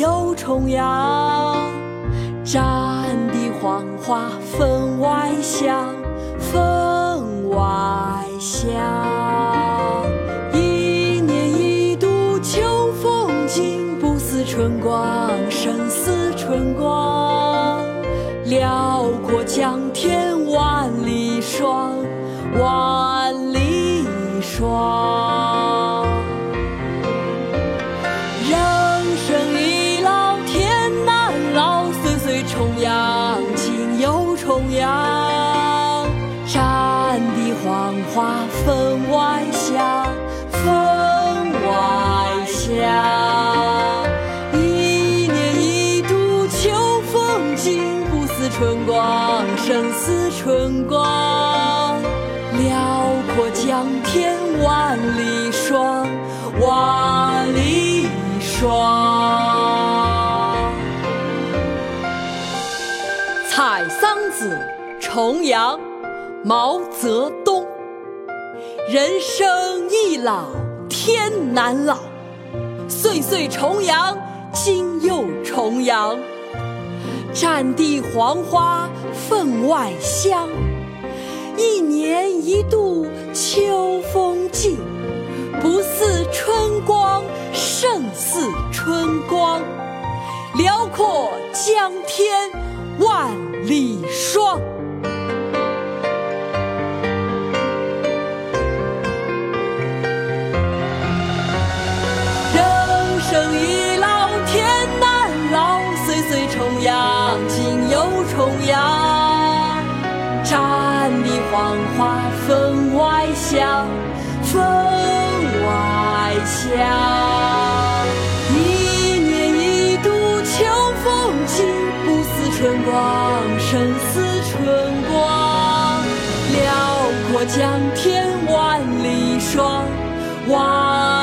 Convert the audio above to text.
又重阳。战地黄花分外香，分外香。一年一度秋风劲，不似春光胜似春光。辽阔江天万里霜，万里霜。人生已老天难老，岁岁重阳今又重阳。战地黄花分外香，分外香。一年一度秋风劲，不似春光胜似春光。辽阔江天万里霜，万里霜。采桑子，重阳，毛泽东。人生易老天难老，岁岁重阳今又重阳。战地黄花分外香，一年一度秋风劲，不似春光胜似春光。辽阔江天万里霜。人生已老天难老，岁岁重阳今又重阳。战地黄花分外香，分外香。一年一度秋风劲，不似春光胜似春光。辽阔江天万里霜，万